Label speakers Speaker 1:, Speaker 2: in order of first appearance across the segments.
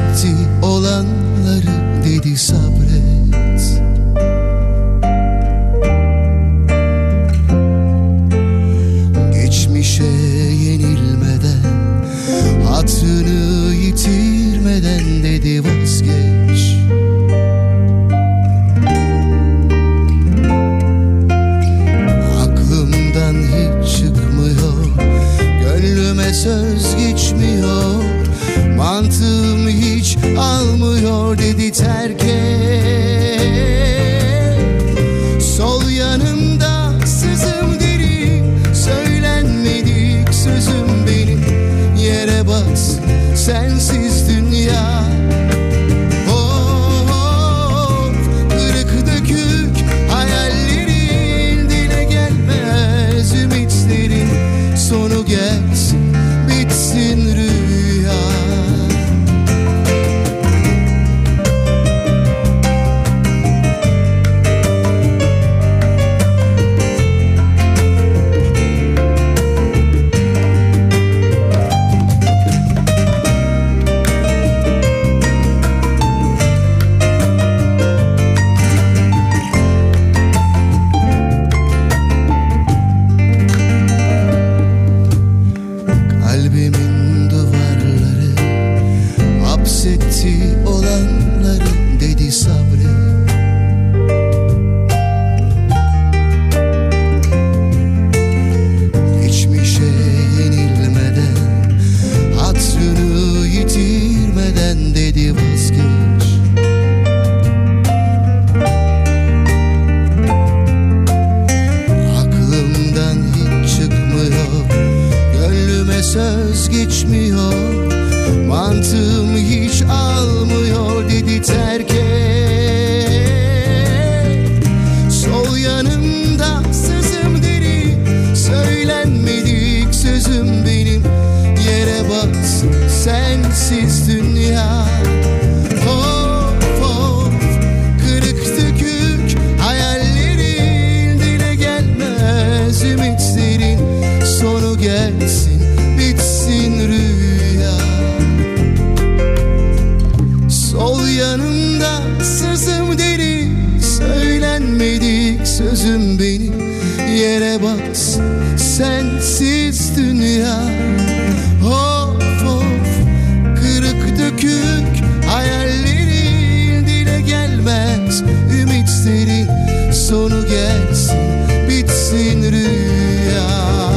Speaker 1: Hapsetti olanları, dedi sabret. Geçmişe yenilmeden, hatırını yitirmeden, dedi vazgeç. Aklımdan hiç çıkmıyor, gönlüme söz geçmiyor, mantığım hiç almıyor, dedi terk et. Sol yanımda sızım derin, söylenmedik sözüm benim. Yere bas sensiz dünya. Of, kırık dökük hayallerin, dile gelmez ümitlerin. Sonu gelsin, bitsin rüya. Kalbimin duvarları hapsetti olanları, dedi sabret. Geçmişe yenilmeden, hatırını yitirmeden, dedi vazgeç. Aklımdan hiç çıkmıyor, gönlüme söz geçmiyor, mantığım hiç almıyor, dedi terk et. Sol yanımda sızım derin, söylenmedik sözüm benim. Yere bas sensiz dünya. Of of, kırık dökük hayallerin, dile gelmez ümitlerin. Sonu gelsin, bitsin rüya. Sol yanımda sızım derin, söylenmedik sözüm benim. Yere bas sensiz dünya. Of of, kırık dökük hayallerin, dile gelmez ümitlerin. Sonu gelsin, bitsin rüya.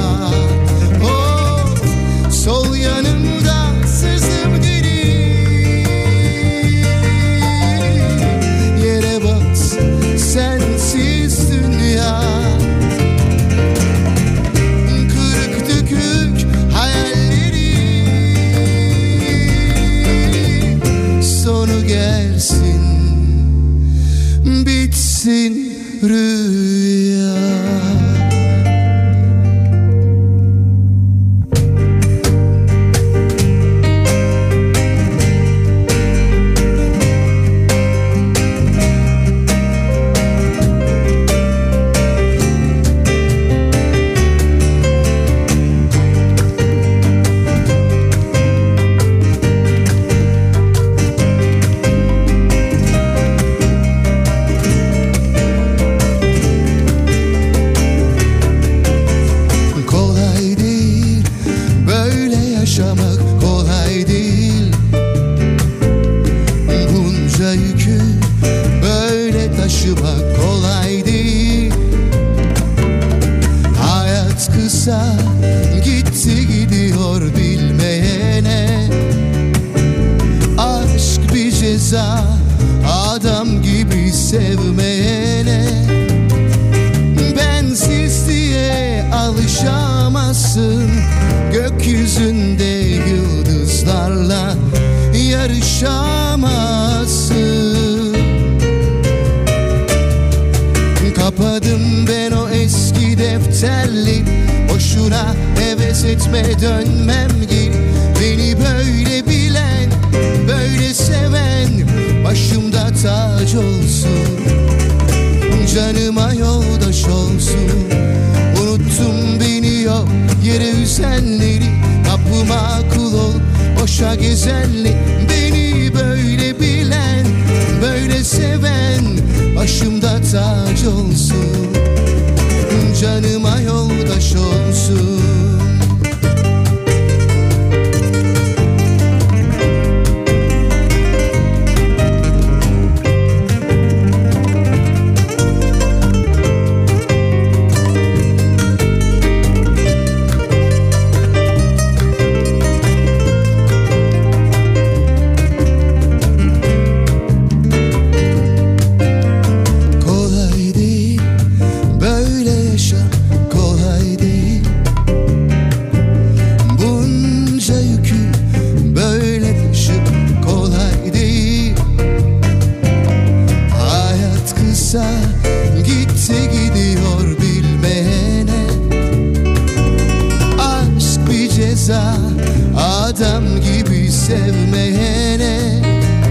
Speaker 1: Of, sol yanımda sızım derin, yere bas sensiz dünya. Kırık dökük hayallerin, sonu gelsin, bitsin rüya. Yaşamak kolay değil, bunca yükü böyle taşımak kolay değil. Hayat kısa, gitti gidiyor bilmeyene. Aşk bir ceza, adam gibi sevmeyene. Bensiz diye alışamazsın, gökyüzünde yıldızlarla yarışamazsın. Kapadım ben o eski defterleri, boşuna heves etme, dönmem geri. Beni böyle bilen, böyle seven, başımda tac olsun, canıma yoldaş olsun. Unuttum beni yok yere üzenleri, kapıma kul ol boşa gezenli. Beni böyle varsa gitti gidiyor bilmeyene. Aşk bir ceza adam gibi sevmeyene.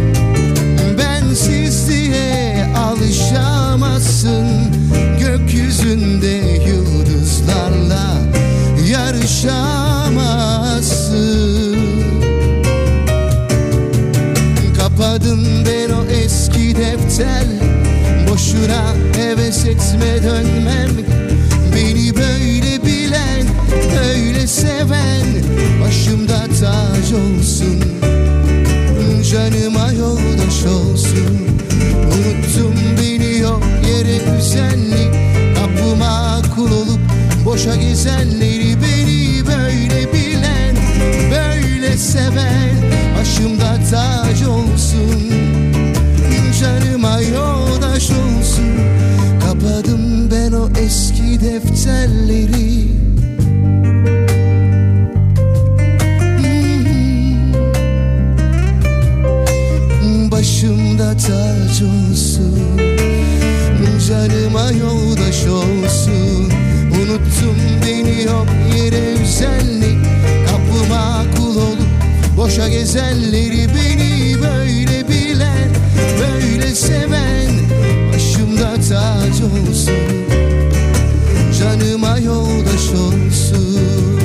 Speaker 1: Bensizliğe alışamazsın, gökyüzünde yıldızlarla yarışamazsın. Kapadım ben o eski defter, boşuna heves etme dönmem. Beni böyle bilen, öyle seven başımda tac olsun, canıma yoldaş olsun. Unuttum beni yok yere üzenli, kapıma kul olup boşa gezenleri. Beni böyle bilen, böyle seven başımda tac olsun, canıma yoldaş olsun. Kapadım ben o eski defterleri. Başımda tac olsun, canıma yoldaş olsun. Unuttum beni yok yere üzenli, kapıma kul olup boşa gezenleri. Beni böyle bilen, böyle seven başımda tac olsun, canıma yoldaş olsun.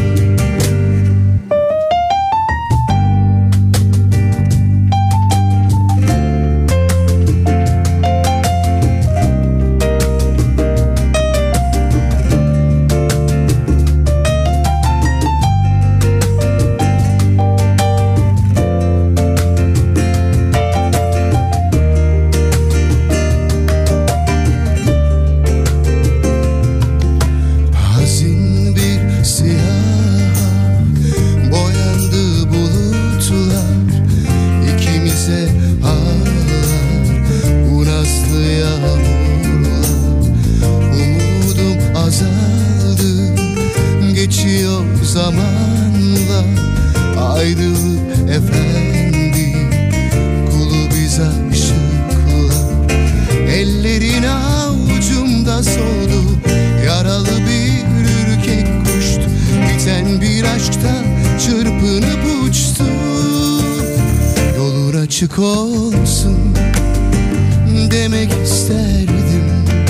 Speaker 1: Zamanla ayrılık efendi, kulu biz aşıklar. Ellerin avucumda soldu, yaralı bir ürkek kuştu. Biten bir aşkta çırpınıp uçtu. Yolun açık olsun demek isterdim,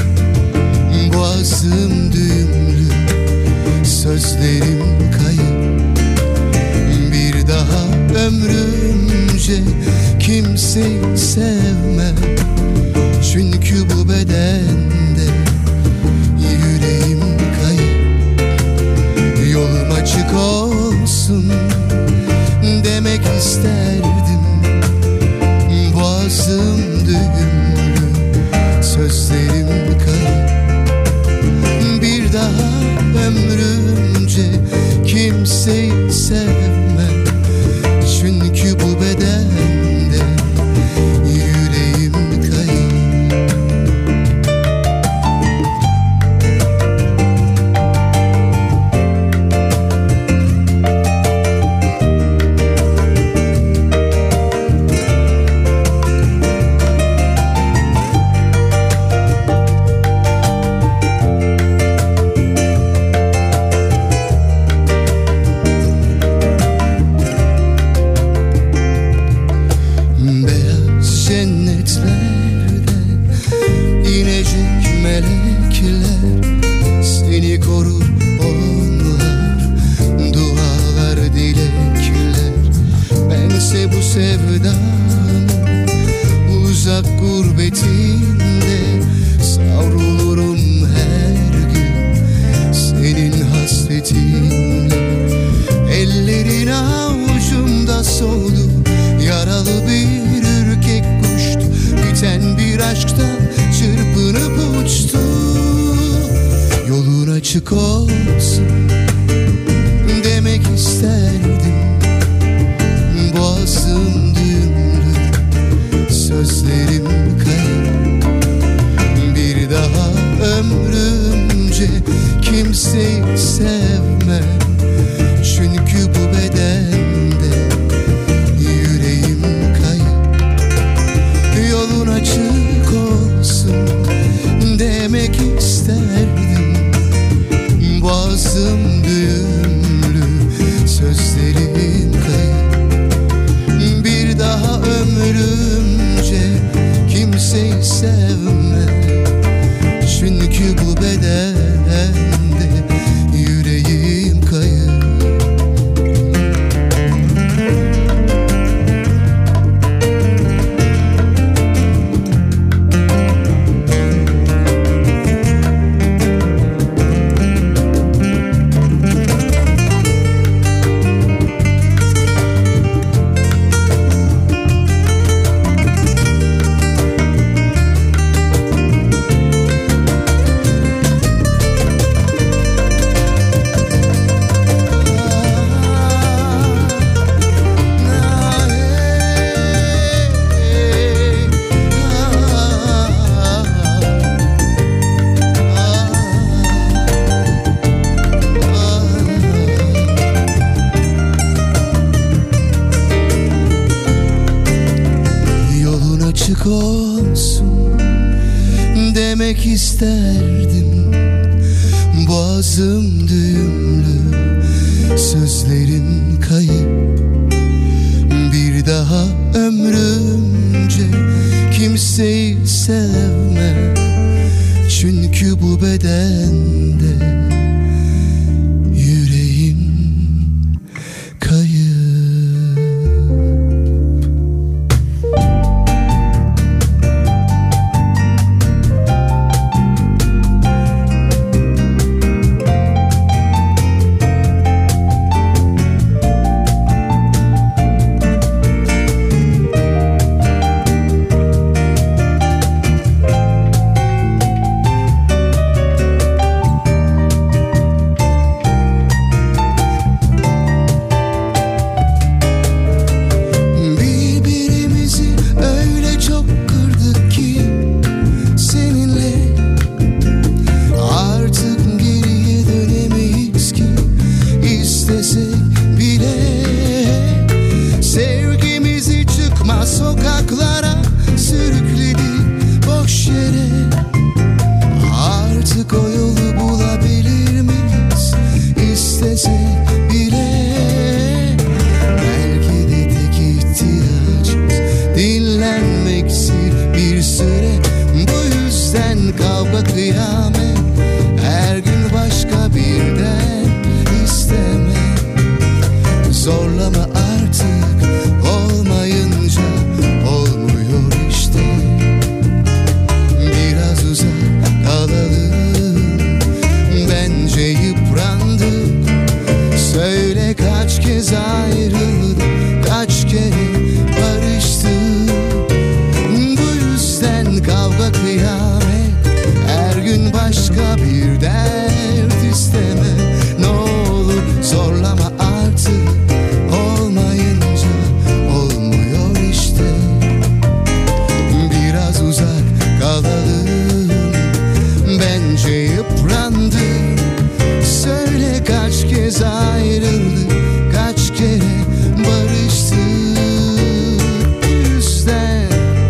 Speaker 1: boğazım düğümlü, sözlerim kayıp. Bir daha ömrümce kimseyi sevmem, çünkü bu bedende yüreğim kayıp. Yolum açık olsun demek isterdim, boğazım düğümlü, sözlerim kayıp. Bir daha ömrümce kimseyi sevmem, çünkü bu bedende yüreğim kayıp. Seni korur onlar, dualar dilekler. Bense bu sevdanın uzak gurbetinde savrulurum her gün senin hasretinle. Ellerin avucumda soldu, yaralı bir ürkek kuştu. Biten bir aşkta çırpınıp uçtu. Yolun açık olsun demek isterdim, boğazım düğümlü, sözlerim kayıp. Bir daha ömrümce kimseyi sevmem, çünkü bu bedende yüreğim kayıp. Yolun açık olsun kimseyi sevme. Çünkü bu bedende yüreğim kayıp. Açık olsun demek isterdim. Boğazım düğümlü, sözlerim kayıp. Bir daha ömrümce kimseyi sevme. Çünkü bu bedende yüreğim kayıp. Sokaklara sürükledik boş yere. Artık o yolu bulabilir miyiz istesek bile? Belki de tek ihtiyacımız dinlenmektir bir süre. Bu yüzden kavga kıyamet, her gün başka bir dert isteme. Zorlama artık, olmayınca olmuyor işte. Biraz uzak kalalım, bence yıprandık. Söyle kaç kez ayrıldık, kaç kere barıştık. Bu yüzden kavga kıyamet, her gün başka bir dert isteme. Ne olur zorlama artık, olmayınca olmuyor işte. Biraz uzak kalalım, bence yıprandık. Söyle kaç kez ayrıldık, kaç kere barıştık. Bu yüzden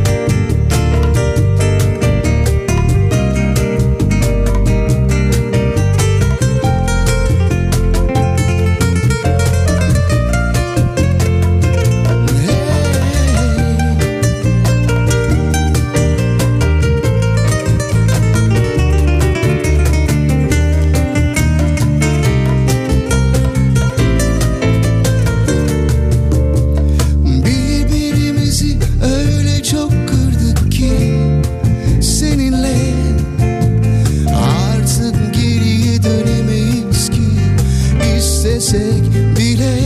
Speaker 1: bile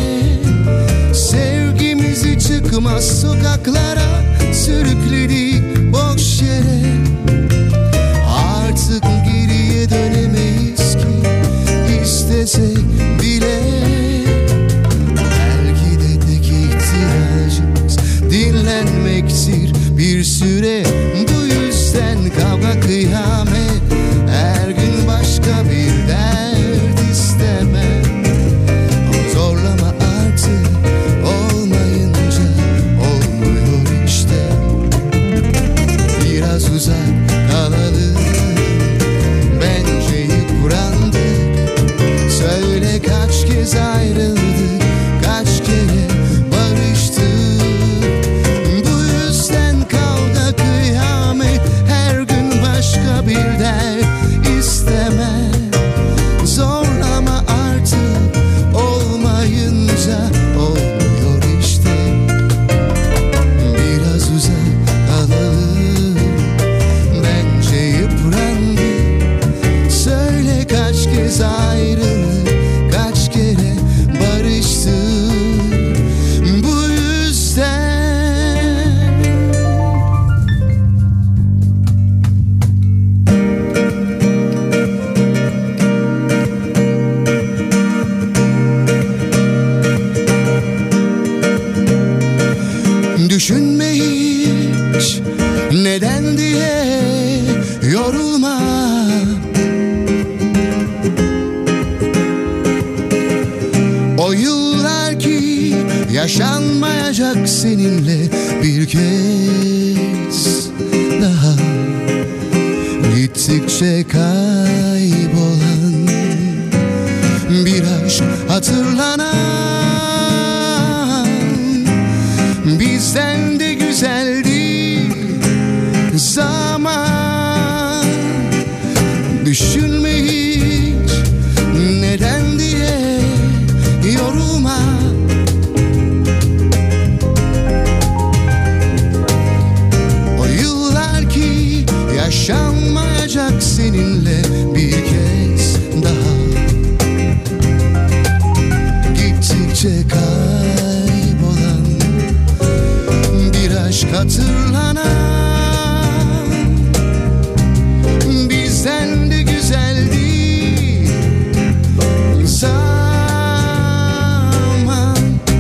Speaker 1: sevgimizi çıkmaz sokaklara sürükledik boş yere. Artık geriye dönemeyiz ki istesek bile. Belki de tek ihtiyacımız dinlenmektir bir süre. Bu yüzden kavga kıyamet, her gün başka bir dert isteme. Zorlama artık, olmayınca olmuyor işte. Biraz uzak kalalım, bence yıprandık. Söyle kaç kez ayrıldık, kaç kere barıştık. Bu yüzden kavga kıyamet, Düşünme hiç neden diye yorulma. O yıllar ki yaşanmayacak seninle bir kez daha. Gittikçe kaybolan bir aşk hatırlanan, bizden de güzeldi zaman. Düşünme hiç neden diye yorulma. O yıllar ki yaşanmayacak seninle bir kez daha. Gittikçe kaybolan bir aşk hatırlanan, bizden de güzeldi zaman.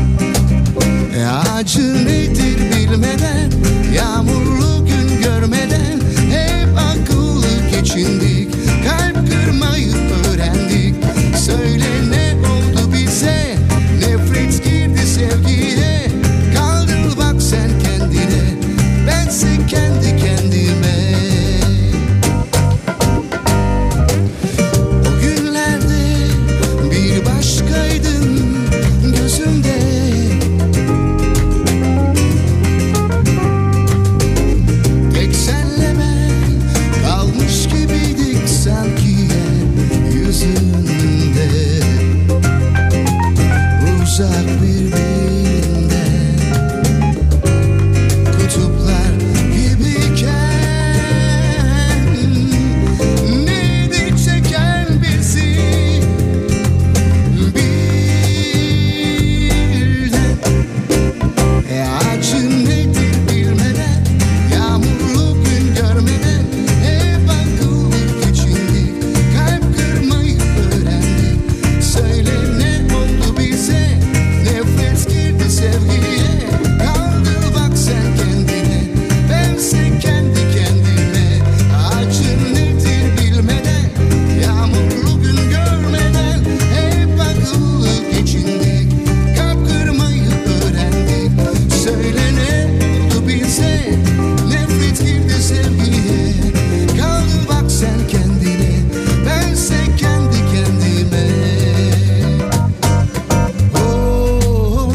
Speaker 1: Acı nedir bilmeden, yağmurlu gün görmeden hep akıllı geçindik, kalp kırmayı öğrendik. Söyle ne oldu bize, nefret girdi sevgiye. Kaldır bak sen kendine, bense kendi kendime. O günlerde bir başkaydın gözümde. Tek senle ben kalmış gibiydik sanki yeryüzünde. Uzak birbirinden kutuplar gibiyken, neydi çeken bizi birden. Acı nedir bilmeden, yağmurlu gün görmeden hep akıllı geçindik, kalp kırmayı öğrendik. Söyle ne oldu bize, nefret girdi sevgiye. Kaldır bak sen kendine, bense kendi kendime. Acı nedir bilmeden, yağmurlu gün görmeden hep akıllı geçindik, kalp kırmayı öğrendik. Söyle ne oldu bize, nefret girdi sevgiye. Kaldır bak sen kendine, bense kendi kendime. Oh.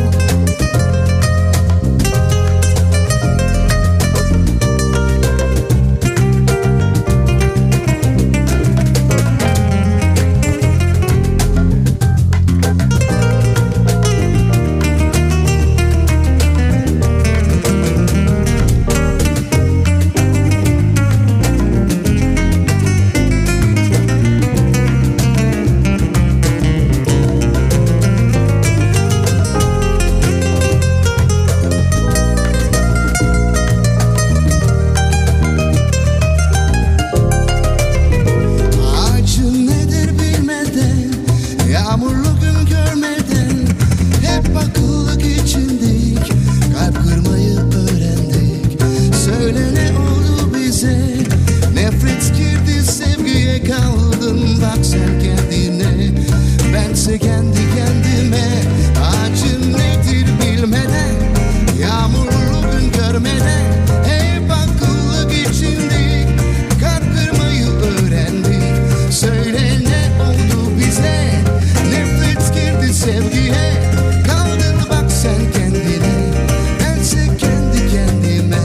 Speaker 1: Acı nedir bilmeden, yağmurlu gün görmeden hep akıllı geçindik, kalp kırmayı öğrendik. Söyle ne oldu bize, nefret girdi sevgiye. Kaldın bak sen kendine, bense kendi kendime. Acı nedir bilmeden, yağmurlu gün görmeden hep akıllı geçindik, kalp kırmayı öğrendik. Söyle ne oldu bize, nefret girdi sevgiye. Kaldır bak sen kendine, bense kendi kendime.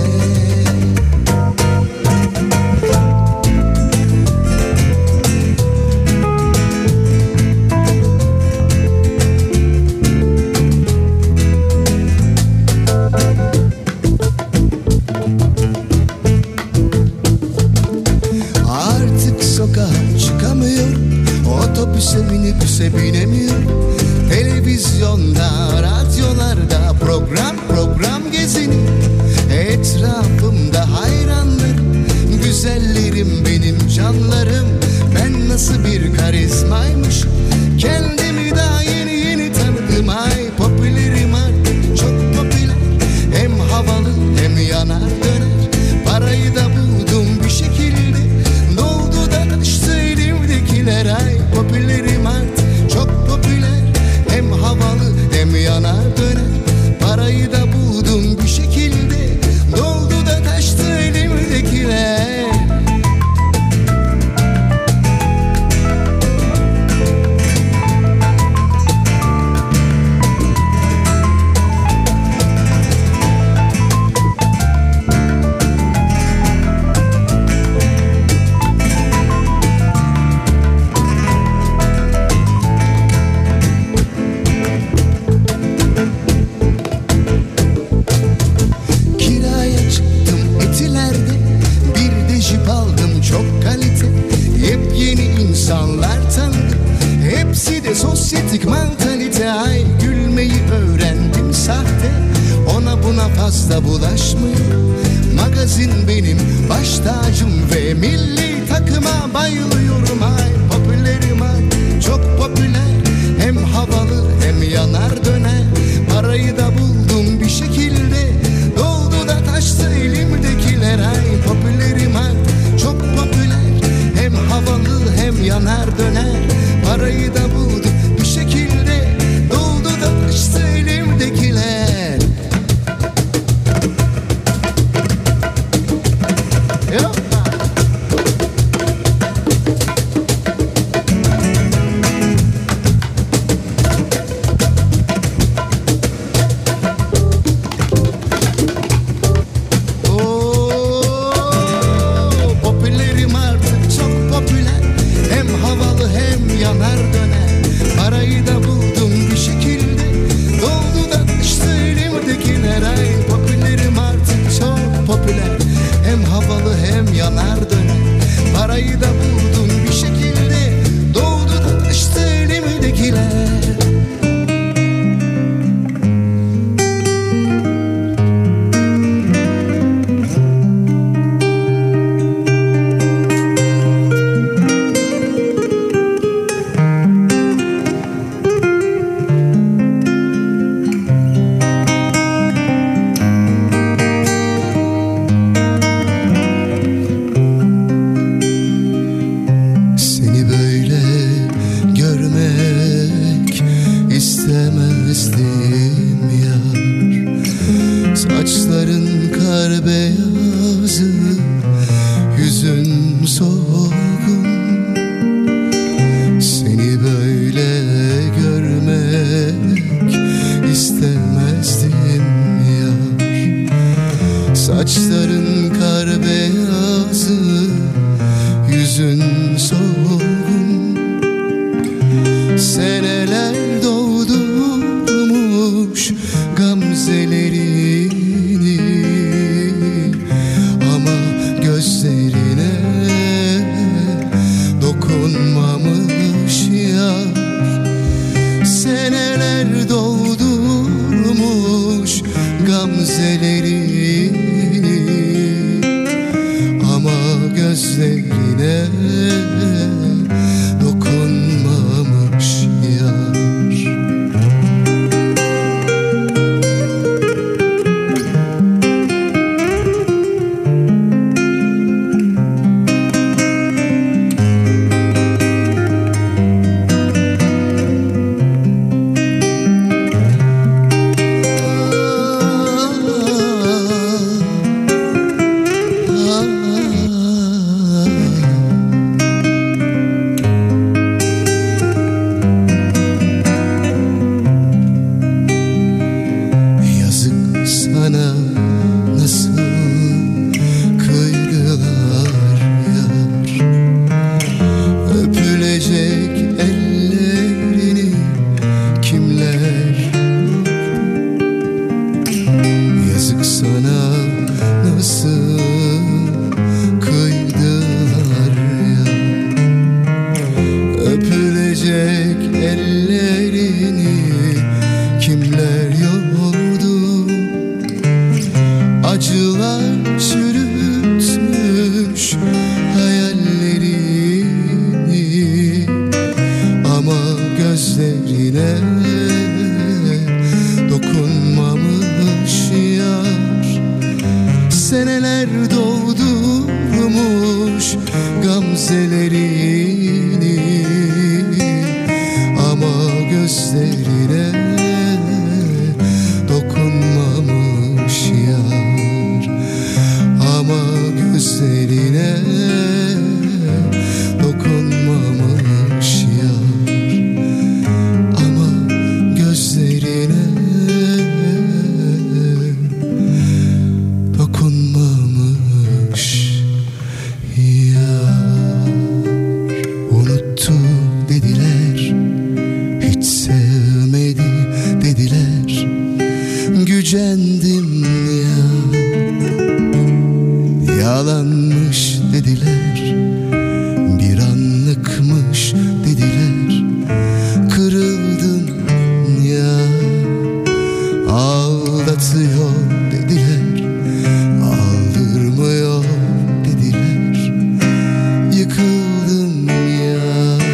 Speaker 1: yanar döner. Parayı da buldum bir şekilde, doldu da taştı elimdekiler. Ay popülerim artık çok popüler, hem havalı hem yanar döner. Parayı da buldum bir şekilde, doldu da taştı elimdekiler. Sosyetik mantalite, ay gülmeyi öğrendim sahte. Ona buna fazla bulaşmıyor. Magazin benim baş tacım ve milli takıma bayılıyorum. Ay popülerim ay çok popüler, hem havalı hem yanar döner. Parayı da buldum bir şekilde, doldu da taştı elimdekiler. Ay popülerim ay çok popüler, hem havalı hem yanar döner. Parayı da buldum bir şekilde, doldu da taştı elimdekiler. Popülerim artık çok popüler, hem havalı hem yanar döner. Parayı da buldum bir şekilde, doldu da taştı elimdekiler. Ay popülerim artık çok popüler, hem havalı hem yanar döner. Parayı da buldum bir şekilde, doldu da taştı elimdekiler. Saçların kar beyazı, yüzün solgun. Seni böyle görmek istemezdim yar. Saçların kar beyazı, yüzün solgun. Seneler doldurmuş gamzelerini, ama gözlerine dokunmamış yar. Seneler doldurmuş gamzelerini, ama gözlerine dokunmamış yar. seneler doldurmuş gamzelerini, ama gözlerine dokunmamış yar, ama gözlerine dokunmamış yar, ama gözlerine dokunmamış yar. Unuttu dediler, hiç sevmedi dediler, gücendim ya. Yalanmış dediler, bir anlıkmış dediler, kırıldım ya. Aldatıyor dediler, aldırmıyor dediler, yıkıldım ya.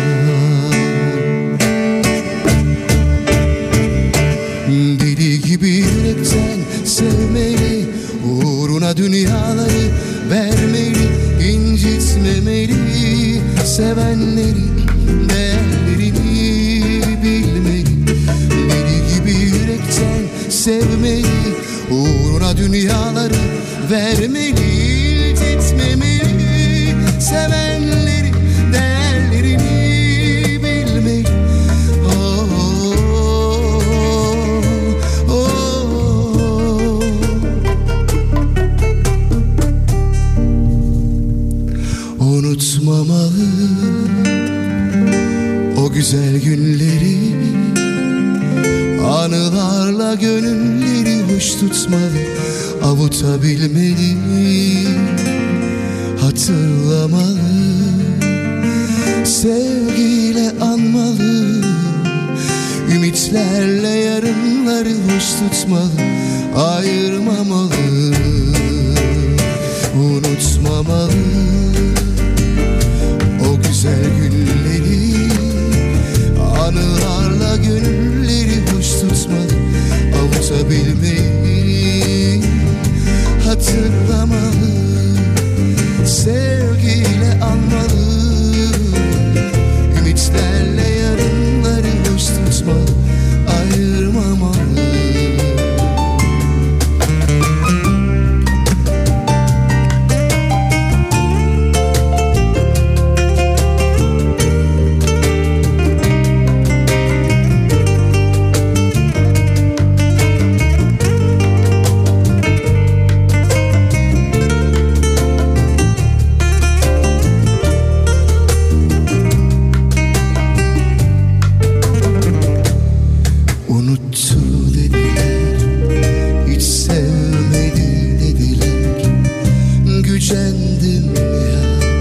Speaker 1: Deli gibi yürekten sevmeli, uğruna dünyaları vermeli, incitmemeli, sevenleri değerlerini bilmeli. Deli gibi yürekten sevmeli, uğruna dünyaları vermeli, incitmemeli, sevenleri değerlerini bilmeli. Oh, oh, oh. Unutmamalı o güzel günleri, anılarla gönülleri hoş tutmalı, avutabilmeli, hatırlamalı, sevgiyle anmalı, ümitlerle yarınları hoş tutmalı, ayırmamalı. Unutmamalı o güzel günleri, anılarla gönülleri hoş tutmalı, avutabilmeyi hatırlamalı, sevgiyle anmalı, ümitlerle yarınları hoş tutmalı, ayırmamalı. Unuttu dediler, hiç sevmedi dediler, gücendim ya.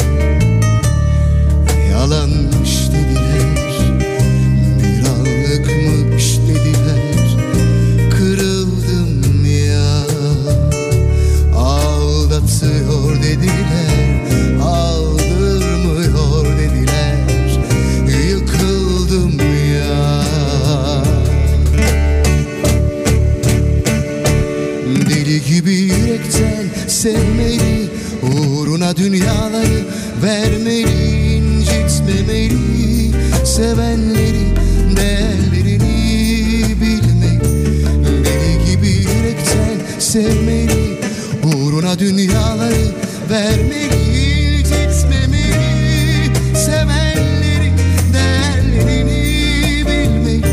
Speaker 1: Yalanmış dediler, bir anlıkmış dediler, kırıldım ya. Aldatıyor dediler, aldırmıyor dediler, yıkıldım ya. Deli gibi yürekten sevmeli, uğruna dünyaları vermeli, incitmemeli, sevenleri değerlerini bilmeli. Deli gibi yürekten sevmeli, uğruna dünyaları vermeli, incitmemeli, sevenleri değerlerini bilmeli.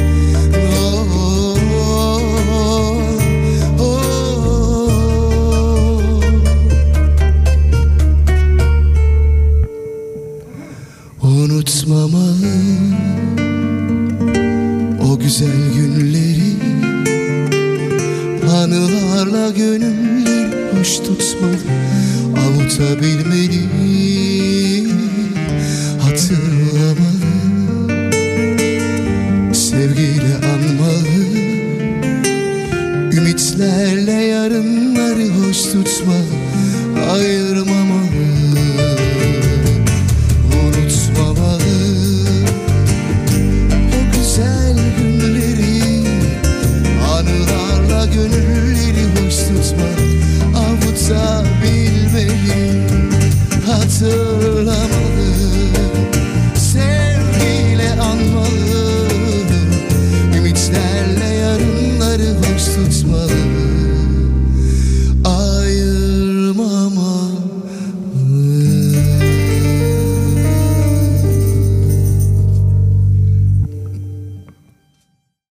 Speaker 1: Unutmamalı o güzel günleri, anılarla gönülleri hoş tutmalı, avutabilmeli, hatırlamalı, sevgiyle anmalı, ümitlerle yarınları hoş tutmalı, ayırmalı.